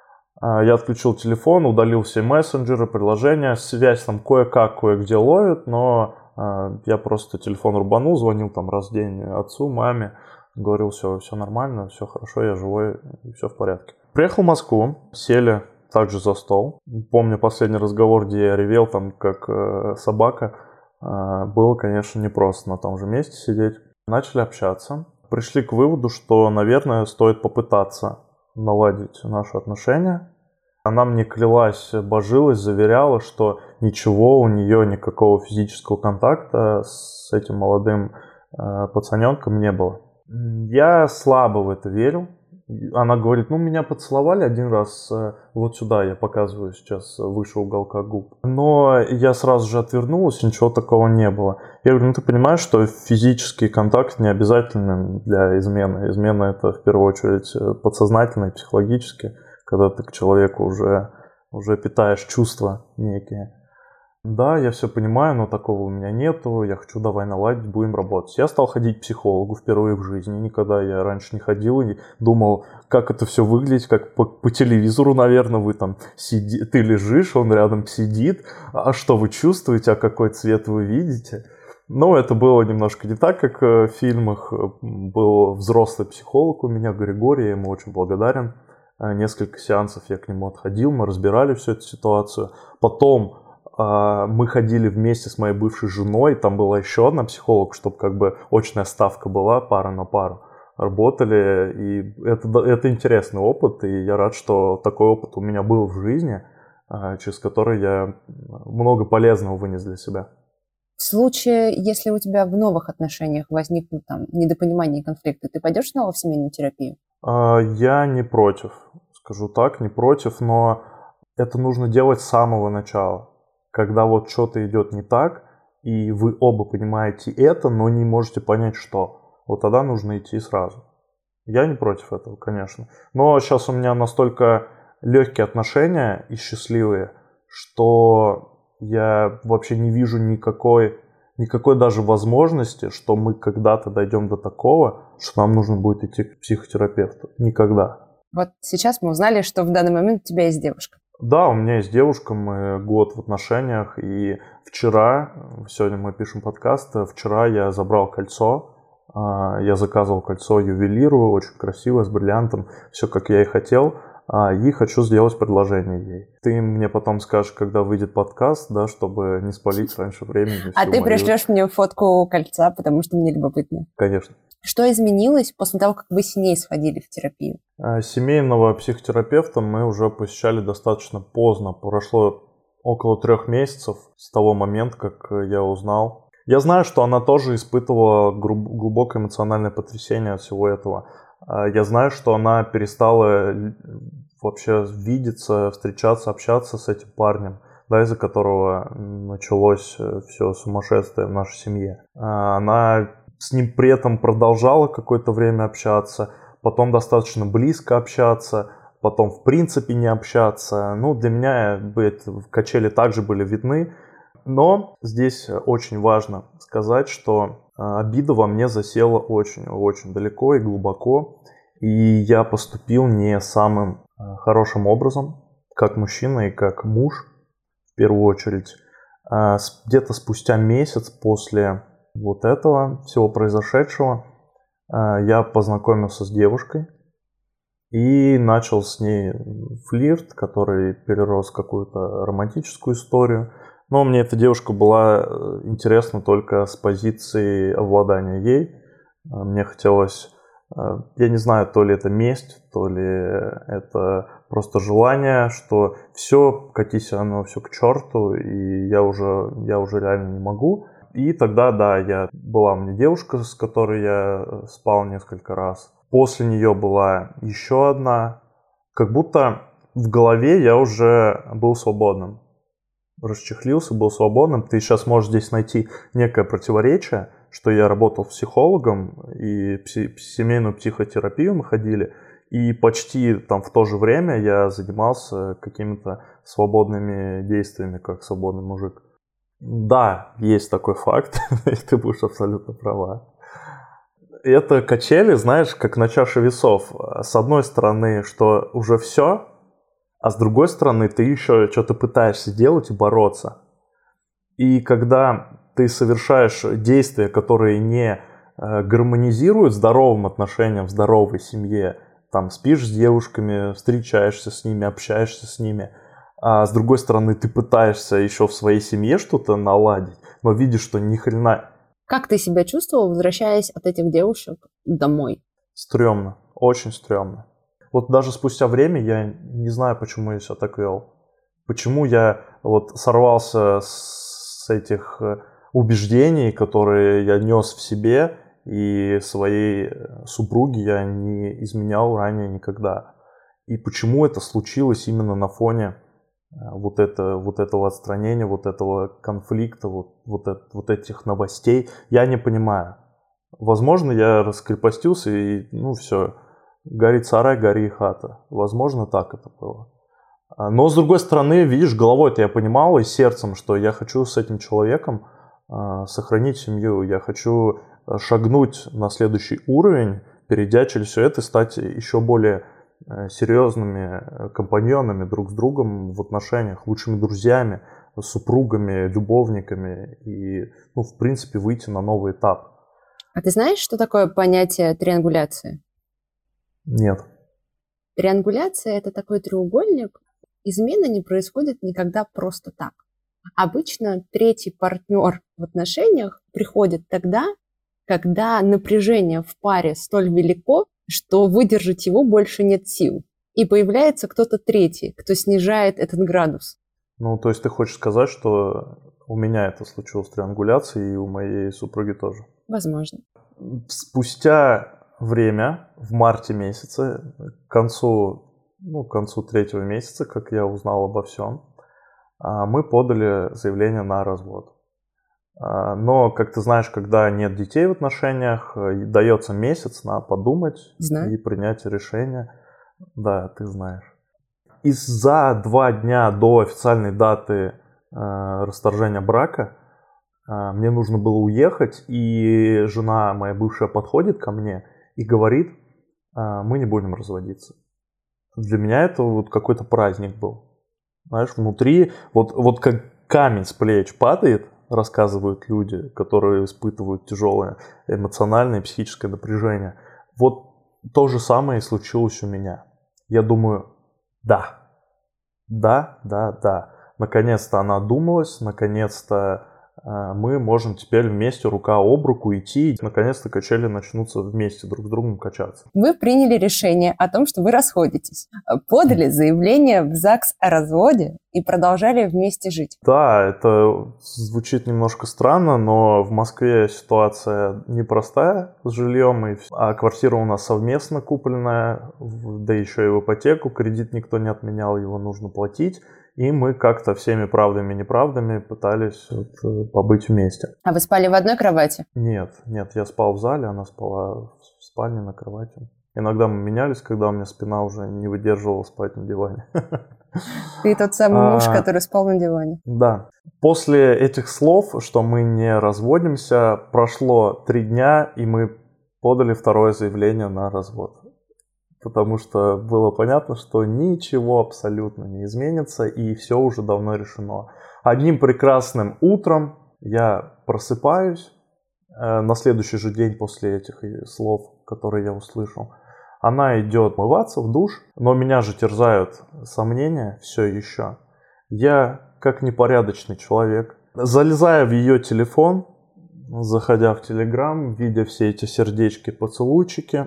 Я отключил телефон, удалил все мессенджеры, приложения. Связь там кое-как, кое-где ловит, но я просто телефон рубанул, звонил там раз в день отцу, маме. Говорил, все нормально, все хорошо, я живой, и все в порядке. Приехал в Москву, сели также за стол. Помню последний разговор, где я ревел там как собака. Было, конечно, непросто на том же месте сидеть. Начали общаться. Пришли к выводу, что, наверное, стоит попытаться наладить наши отношения. Она мне клялась, божилась, заверяла, что ничего у нее, никакого физического контакта с этим молодым пацаненком не было. Я слабо в это верил. Она говорит, меня поцеловали один раз вот сюда, я показываю сейчас выше уголка губ. Но я сразу же отвернулась, ничего такого не было. Я говорю, ты понимаешь, что физический контакт не обязательно для измены. Измена это в первую очередь подсознательно и психологически, когда ты к человеку уже питаешь чувства некие. Да, я все понимаю, но такого у меня нету, я хочу, давай наладить, будем работать. Я стал ходить к психологу впервые в жизни, никогда я раньше не ходил и думал, как это все выглядит, как по телевизору, наверное, вы там ты лежишь, он рядом сидит, а что вы чувствуете, а какой цвет вы видите. Но это было немножко не так, как в фильмах. Был взрослый психолог у меня, Григорий, я ему очень благодарен. Несколько сеансов я к нему отходил, мы разбирали всю эту ситуацию. Потом мы ходили вместе с моей бывшей женой, там была еще одна психолог, чтобы как бы очная ставка была, пара на пару. Работали, и это интересный опыт, и я рад, что такой опыт у меня был в жизни, через который я много полезного вынес для себя. В случае, если у тебя в новых отношениях возникнут там недопонимания и конфликты, ты пойдешь снова в семейную терапию? Я не против, скажу так, не против, но это нужно делать с самого начала. Когда вот что-то идет не так, и вы оба понимаете это, но не можете понять, что. Вот тогда нужно идти сразу. Я не против этого, конечно. Но сейчас у меня настолько легкие отношения и счастливые, что я вообще не вижу никакой даже возможности, что мы когда-то дойдем до такого, что нам нужно будет идти к психотерапевту. Никогда. Вот сейчас мы узнали, что в данный момент у тебя есть девушка. Да, у меня есть девушка, мы год в отношениях, и сегодня мы пишем подкаст, вчера я забрал кольцо, я заказывал кольцо ювелиру, очень красивое, с бриллиантом, все как я и хотел, и хочу сделать предложение ей. Ты мне потом скажешь, когда выйдет подкаст, да, чтобы не спалить раньше времени. А ты пришлешь мне фотку кольца, потому что мне любопытно. Конечно. Что изменилось после того, как вы с ней сходили в терапию? Семейного психотерапевта мы уже посещали достаточно поздно. Прошло около 3 месяцев с того момента, как я узнал. Я знаю, что она тоже испытывала глубокое эмоциональное потрясение от всего этого. Я знаю, что она перестала вообще видеться, встречаться, общаться с этим парнем, да, из-за которого началось все сумасшествие в нашей семье. Она с ним при этом продолжала какое-то время общаться, потом достаточно близко общаться, потом в принципе не общаться. Для меня качели также были видны. Но здесь очень важно сказать, что обида во мне засела очень-очень далеко и глубоко. И я поступил не самым хорошим образом, как мужчина и как муж, в первую очередь. Где-то спустя месяц после вот этого, всего произошедшего, я познакомился с девушкой и начал с ней флирт, который перерос в какую-то романтическую историю. Но мне эта девушка была интересна только с позиции обладания ей. Мне хотелось, я не знаю, то ли это месть, то ли это просто желание, что все, катись оно все к черту, и я уже реально не могу. И тогда, да, была у меня девушка, с которой я спал несколько раз. После нее была еще одна. Как будто в голове я уже был свободным. Расчехлился, был свободным. Ты сейчас можешь здесь найти некое противоречие, что я работал психологом, и семейную психотерапию мы ходили, и почти там в то же время я занимался какими-то свободными действиями, как свободный мужик. Да, есть такой факт, и ты будешь абсолютно права. Это качели, знаешь, как на чаше весов. С одной стороны, что уже все, а с другой стороны, ты еще что-то пытаешься делать и бороться. И когда ты совершаешь действия, которые не гармонизируют здоровым отношениям в здоровой семье, там спишь с девушками, встречаешься с ними, общаешься с ними, а с другой стороны, ты пытаешься еще в своей семье что-то наладить, но видишь, что ни хрена. Как ты себя чувствовал, возвращаясь от этих девушек домой? Стрёмно, очень стрёмно. Вот даже спустя время я не знаю, почему я себя так вел. Почему я вот сорвался с этих убеждений, которые я нес в себе, и своей супруге я не изменял ранее никогда. И почему это случилось именно на фоне вот этого отстранения, вот этого конфликта, вот этих новостей, я не понимаю. Возможно, я раскрепостился и, все, горит сарай, гори и хата. Возможно, так это было. Но, с другой стороны, видишь, головой-то я понимал и сердцем, что я хочу с этим человеком сохранить семью, я хочу шагнуть на следующий уровень, перейдя через все это, стать еще более серьезными компаньонами друг с другом в отношениях, лучшими друзьями, супругами, любовниками и, в принципе, выйти на новый этап. А ты знаешь, что такое понятие триангуляции? Нет. Триангуляция – это такой треугольник. Измена не происходит никогда просто так. Обычно третий партнер в отношениях приходит тогда, когда напряжение в паре столь велико, что выдержать его больше нет сил. И появляется кто-то третий, кто снижает этот градус. То есть ты хочешь сказать, что у меня это случилось триангуляция, и у моей супруги тоже? Возможно. Спустя время, в марте месяце, к концу третьего месяца, как я узнал обо всем, мы подали заявление на развод. Но, как ты знаешь, когда нет детей в отношениях, дается месяц на подумать и принять решение. Да, ты знаешь. И за 2 дня до официальной даты расторжения брака мне нужно было уехать, и жена моя бывшая подходит ко мне и говорит: мы не будем разводиться. Для меня это вот какой-то праздник был. Знаешь, внутри, вот как камень с плеч падает, рассказывают люди, которые испытывают тяжелое эмоциональное и психическое напряжение. Вот то же самое и случилось у меня. Я думаю, да. Наконец-то она одумалась, наконец-то мы можем теперь вместе рука об руку идти, и наконец-то качели начнутся вместе друг с другом качаться. Вы приняли решение о том, что вы расходитесь, подали заявление в ЗАГС о разводе и продолжали вместе жить. Да, это звучит немножко странно, но в Москве ситуация непростая с жильем, а квартира у нас совместно купленная, да еще и в ипотеку, кредит никто не отменял, его нужно платить. И мы как-то всеми правдами и неправдами пытались побыть вместе. А вы спали в одной кровати? Нет, я спал в зале, она спала в спальне на кровати. Иногда мы менялись, когда у меня спина уже не выдерживала спать на диване. Ты тот самый муж, который спал на диване. Да. После этих слов, что мы не разводимся, прошло 3 дня, и мы подали второе заявление на развод. Потому что было понятно, что ничего абсолютно не изменится, и все уже давно решено. Одним прекрасным утром я просыпаюсь, на следующий же день после этих слов, которые я услышал, она идет умываться в душ, но меня же терзают сомнения все еще. Я, как непорядочный человек, залезая в ее телефон, заходя в Телеграм, видя все эти сердечки, поцелуйчики,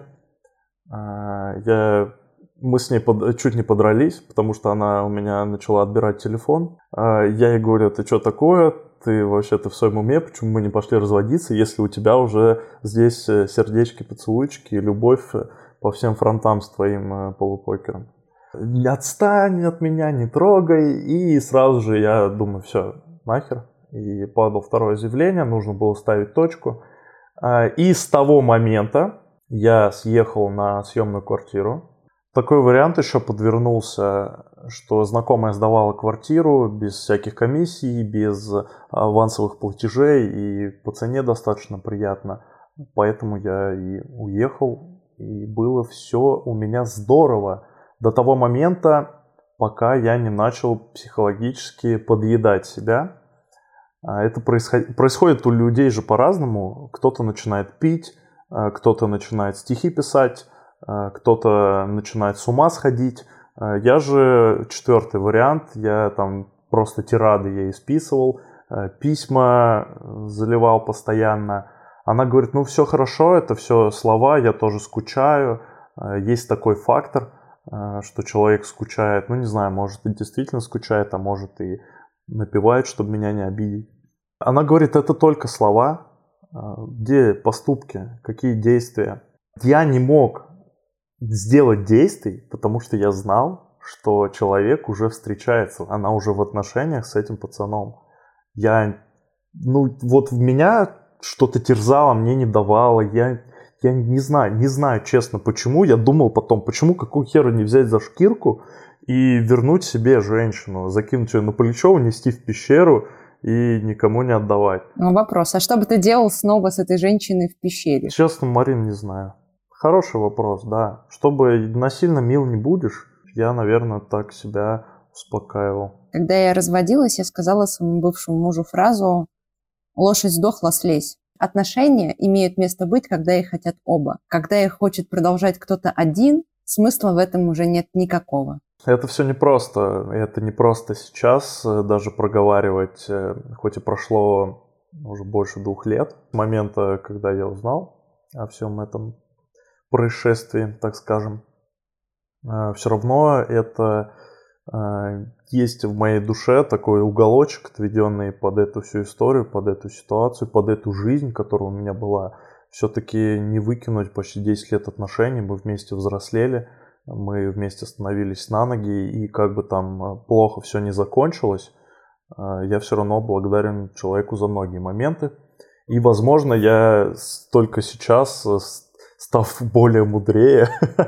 мы с ней чуть не подрались, потому что она у меня начала отбирать телефон. Я ей говорю: ты что такое? Ты вообще-то в своем уме? Почему мы не пошли разводиться, если у тебя уже здесь сердечки, поцелуйчики и любовь по всем фронтам с твоим полупокером? Отстань от меня, не трогай. И сразу же я думаю: все, нахер. И подал второе заявление, нужно было ставить точку. И с того момента я съехал на съемную квартиру. Такой вариант еще подвернулся, что знакомая сдавала квартиру без всяких комиссий, без авансовых платежей, и по цене достаточно приятно. Поэтому я и уехал, и было все у меня здорово до того момента, пока я не начал психологически подъедать себя. Это происходит у людей же по-разному. Кто-то начинает пить, кто-то начинает стихи писать, кто-то начинает с ума сходить. Я же четвертый вариант. Я там просто тирады ей списывал, письма заливал постоянно. Она говорит: ну все хорошо, это все слова, я тоже скучаю. Есть такой фактор, что человек скучает. Ну не знаю, может и действительно скучает, а может и напевает, чтобы меня не обидеть. Она говорит: это только слова. Где поступки, какие действия? Я не мог сделать действий, потому что я знал, что человек уже встречается, она уже в отношениях с этим пацаном. Вот меня что-то терзало, мне не давало, я не знаю честно почему. Я думал потом, какого хера не взять за шкирку и вернуть себе женщину, закинуть ее на плечо, унести в пещеру и никому не отдавать. Ну, вопрос: а что бы ты делал снова с этой женщиной в пещере? Честно, Марин, не знаю. Хороший вопрос, да. Чтобы насильно мил не будешь, я, наверное, так себя успокаивал. Когда я разводилась, я сказала своему бывшему мужу фразу: лошадь сдохла, слезь. Отношения имеют место быть, когда их хотят оба. Когда их хочет продолжать кто-то один, смысла в этом уже нет никакого. Это все непросто. Это непросто сейчас даже проговаривать, хоть и прошло уже больше 2 лет с момента, когда я узнал о всем этом происшествии, так скажем. Все равно это есть в моей душе такой уголочек, отведенный под эту всю историю, под эту ситуацию, под эту жизнь, которая у меня была. Все-таки не выкинуть почти 10 лет отношений, мы вместе взрослели, мы вместе становились на ноги, и как бы там плохо все не закончилось, я все равно благодарен человеку за многие моменты. И, возможно, я только сейчас, став более мудрее,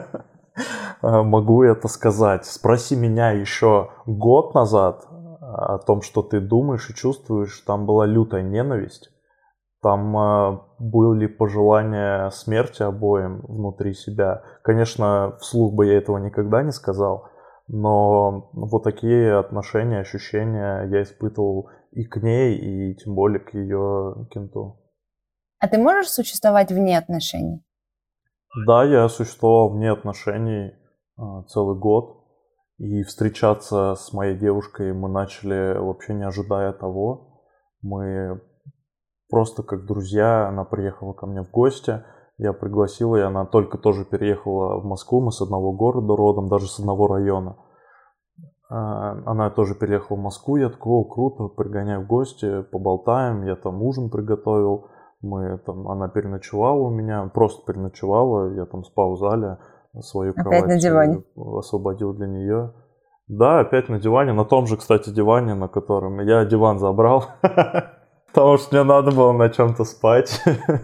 могу это сказать. Спроси меня еще год назад о том, что ты думаешь и чувствуешь. Там была лютая ненависть. Там были пожелания смерти обоим внутри себя. Конечно, вслух бы я этого никогда не сказал, но вот такие отношения, ощущения я испытывал и к ней, и тем более к ее кенту. А ты можешь существовать вне отношений? Да, я существовал вне отношений целый год. И встречаться с моей девушкой мы начали вообще не ожидая того. Мы просто как друзья, она приехала ко мне в гости, я пригласил, и она только тоже переехала в Москву, мы с одного города родом, даже с одного района. Она тоже переехала в Москву, я такой: о, круто, пригоняй в гости, поболтаем, я там ужин приготовил, она переночевала у меня, просто переночевала, я там спал в зале, свою кровать опять на диване освободил для нее. Да, опять на диване, на том же, кстати, диване, на котором я диван забрал, потому что мне надо было на чем-то спать.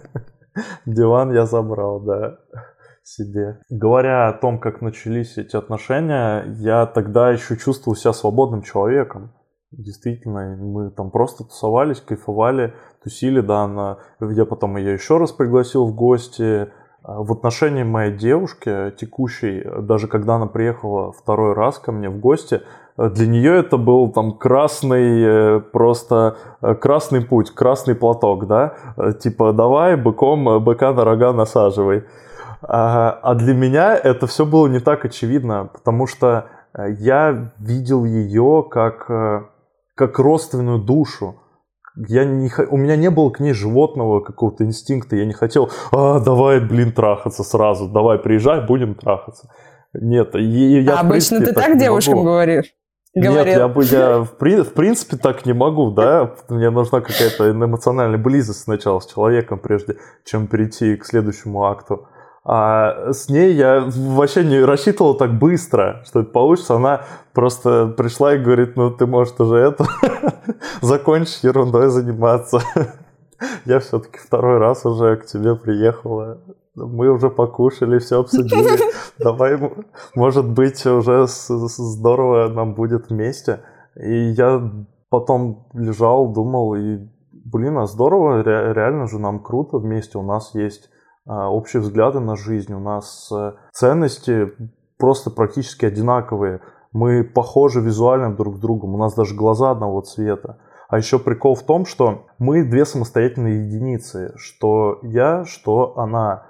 Диван я забрал, да, себе. Говоря о том, как начались эти отношения, я тогда еще чувствовал себя свободным человеком. Действительно, мы там просто тусовались, кайфовали, тусили, да, я потом ее еще раз пригласил в гости, В отношении моей девушки, текущей, даже когда она приехала второй раз ко мне в гости, для нее это был там красный, просто красный путь, красный платок, да, типа давай быка на рога насаживай. А для меня это все было не так очевидно, потому что я видел ее как родственную душу. У меня не было к ней животного какого-то инстинкта. Я не хотел, давай, трахаться сразу. Давай, приезжай, будем трахаться. Нет, я обычно ты так девушкам говоришь? Нет, я в принципе так не могу, да. Мне нужна какая-то эмоциональная близость сначала с человеком, прежде чем перейти к следующему акту. А с ней я вообще не рассчитывал так быстро, что это получится. Она просто пришла и говорит, ты, может, уже это закончишь ерундой заниматься. Я все-таки второй раз уже к тебе приехала. Мы уже покушали, все обсудили. Давай, может быть, уже здорово нам будет вместе. И я потом лежал, думал, а здорово, реально же нам круто вместе. У нас есть общие взгляды на жизнь, у нас ценности просто практически одинаковые. Мы похожи визуально друг с другом, у нас даже глаза одного цвета. А еще прикол в том, что мы две самостоятельные единицы, что я, что она.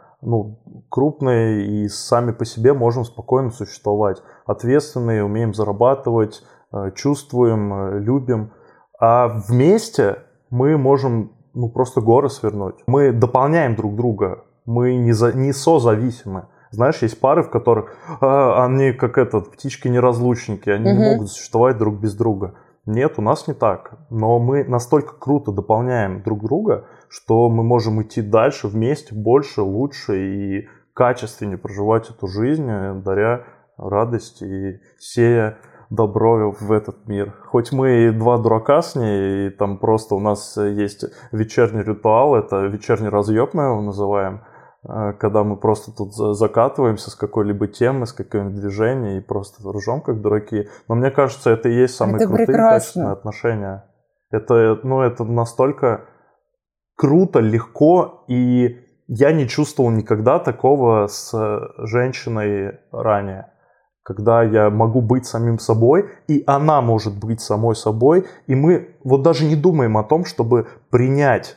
Крупные и сами по себе можем спокойно существовать. Ответственные, умеем зарабатывать, чувствуем, любим. А вместе мы можем просто горы свернуть. Мы дополняем друг друга. Мы не созависимы. Знаешь, есть пары, в которых они как птички-неразлучники, они не могут существовать друг без друга. Нет, у нас не так. Но мы настолько круто дополняем друг друга, что мы можем идти дальше вместе, больше, лучше и качественнее проживать эту жизнь, даря радость и сея добро в этот мир. Хоть мы и два дурака с ней, и там просто у нас есть вечерний ритуал, это вечерний разъеб мы его называем, когда мы просто тут закатываемся с какой-либо темы, с каким-нибудь движением и просто ржем как дураки. Но мне кажется, это и есть самые крутые качественные отношения. Это настолько круто, легко, и я не чувствовал никогда такого с женщиной ранее. Когда я могу быть самим собой, и она может быть самой собой, и мы даже не думаем о том, чтобы принять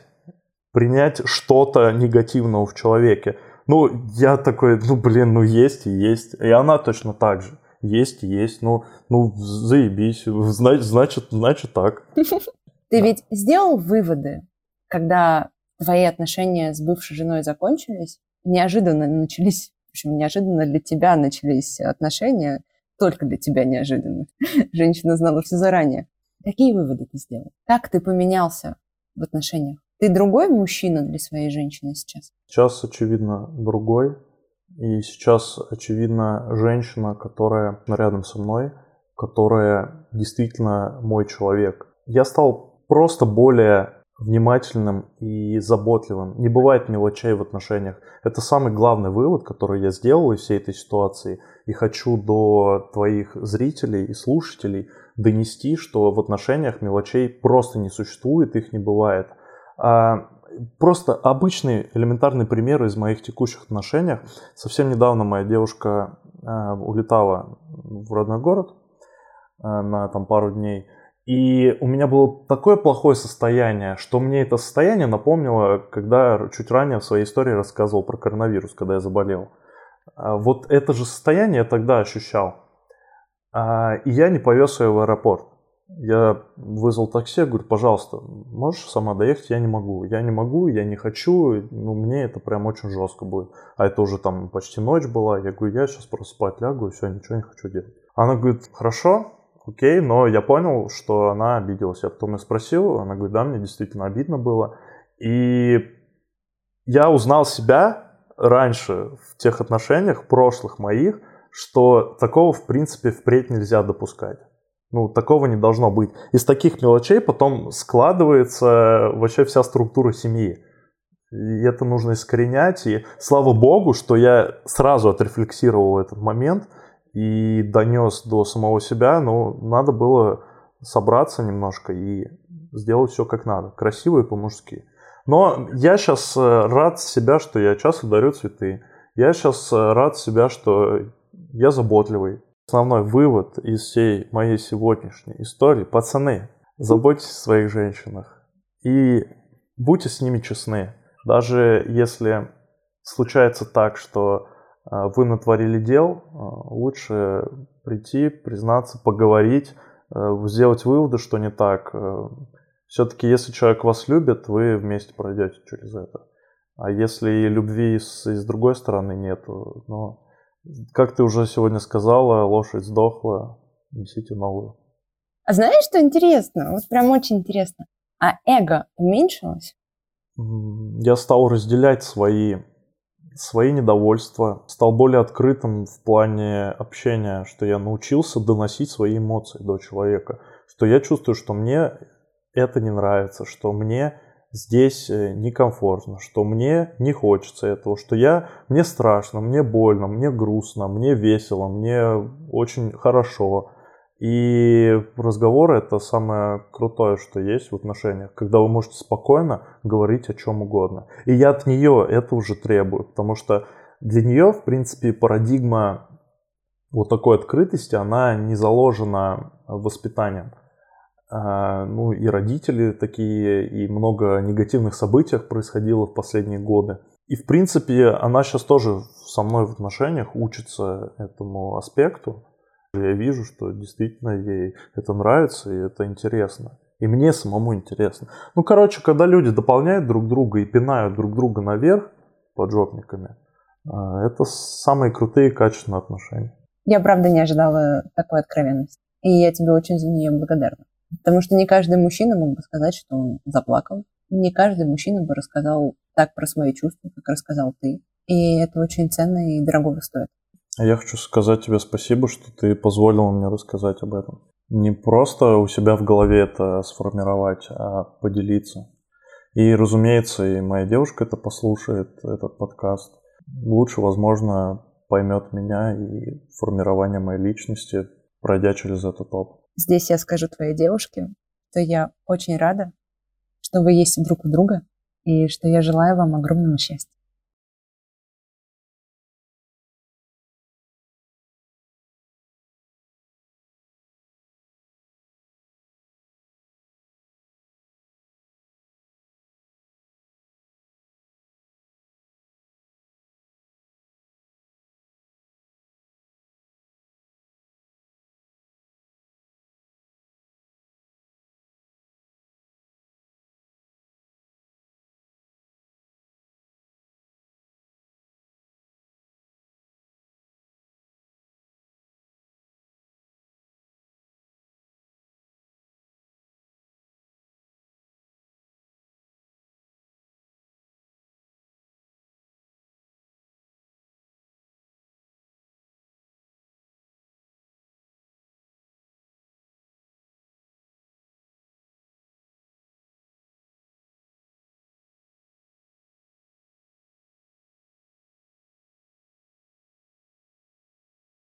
что-то негативного в человеке. Я такой, есть и есть. И она точно так же. Есть и есть. Заебись. Значит так. Ты ведь сделал выводы, когда твои отношения с бывшей женой закончились? Неожиданно для тебя начались отношения. Только для тебя неожиданно. Женщина знала все заранее. Какие выводы ты сделал? Как ты поменялся в отношениях? Ты другой мужчина для своей женщины сейчас? Сейчас, очевидно, другой. И сейчас, очевидно, женщина, которая рядом со мной, которая действительно мой человек. Я стал просто более внимательным и заботливым. Не бывает мелочей в отношениях. Это самый главный вывод, который я сделал из всей этой ситуации. И хочу до твоих зрителей и слушателей донести, что в отношениях мелочей просто не существует, их не бывает. Просто обычный элементарный пример из моих текущих отношений. Совсем недавно моя девушка улетала в родной город на пару дней. И у меня было такое плохое состояние, что мне это состояние напомнило, когда чуть ранее в своей истории рассказывал про коронавирус, когда я заболел. Вот это же состояние я тогда ощущал. И я не повез ее в аэропорт. Я вызвал такси, говорю, пожалуйста, можешь сама доехать? Я не могу, я не хочу, мне это прям очень жестко будет. А это уже почти ночь была, я говорю, я сейчас просто спать лягу и все, ничего не хочу делать. Она говорит, хорошо, окей, но я понял, что она обиделась. Я потом ее спросил, она говорит, да, мне действительно обидно было. И я узнал себя раньше в тех отношениях, прошлых моих, что такого в принципе впредь нельзя допускать. Такого не должно быть. Из таких мелочей потом складывается вообще вся структура семьи. И это нужно искоренять. И слава богу, что я сразу отрефлексировал этот момент и донес до самого себя. Надо было собраться немножко и сделать все как надо. Красиво и по-мужски. Но я сейчас рад себя, что я часто дарю цветы. Я сейчас рад себя, что я заботливый. Основной вывод из всей моей сегодняшней истории. Пацаны, заботьтесь о своих женщинах. И будьте с ними честны. Даже если случается так, что вы натворили дел, лучше прийти, признаться, поговорить, сделать выводы, что не так. Все-таки, если человек вас любит, вы вместе пройдете через это. А если любви с другой стороны нету, ну, как ты уже сегодня сказала, лошадь сдохла, несите новую. А знаешь, что интересно? Вот прям очень интересно. А эго уменьшилось? Я стал разделять свои недовольства, стал более открытым в плане общения, что я научился доносить свои эмоции до человека, что я чувствую, что мне это не нравится, что мне здесь некомфортно, что мне не хочется этого, что мне страшно, мне больно, мне грустно, мне весело, мне очень хорошо. И разговор — это самое крутое, что есть в отношениях, когда вы можете спокойно говорить о чем угодно. И я от нее это уже требую, потому что для нее, в принципе, парадигма вот такой открытости, она не заложена воспитанием. Ну и родители такие, и много негативных событий происходило в последние годы. И в принципе она сейчас тоже со мной в отношениях учится этому аспекту. Я вижу, что действительно ей это нравится и это интересно. И мне самому интересно. Ну, короче, когда люди дополняют друг друга и пинают друг друга наверх поджопниками, это самые крутые качественные отношения. Я, правда, не ожидала такой откровенности. И я тебе очень за нее благодарна. Потому что не каждый мужчина мог бы сказать, что он заплакал. Не каждый мужчина бы рассказал так про свои чувства, как рассказал ты. И это очень ценно и дорого стоит. Я хочу сказать тебе спасибо, что ты позволила мне рассказать об этом. Не просто у себя в голове это сформировать, а поделиться. И, разумеется, и моя девушка это послушает, этот подкаст. Лучше, возможно, поймет меня и формирование моей личности, пройдя через этот опыт. Здесь я скажу твоей девушке, что я очень рада, что вы есть друг у друга, и что я желаю вам огромного счастья.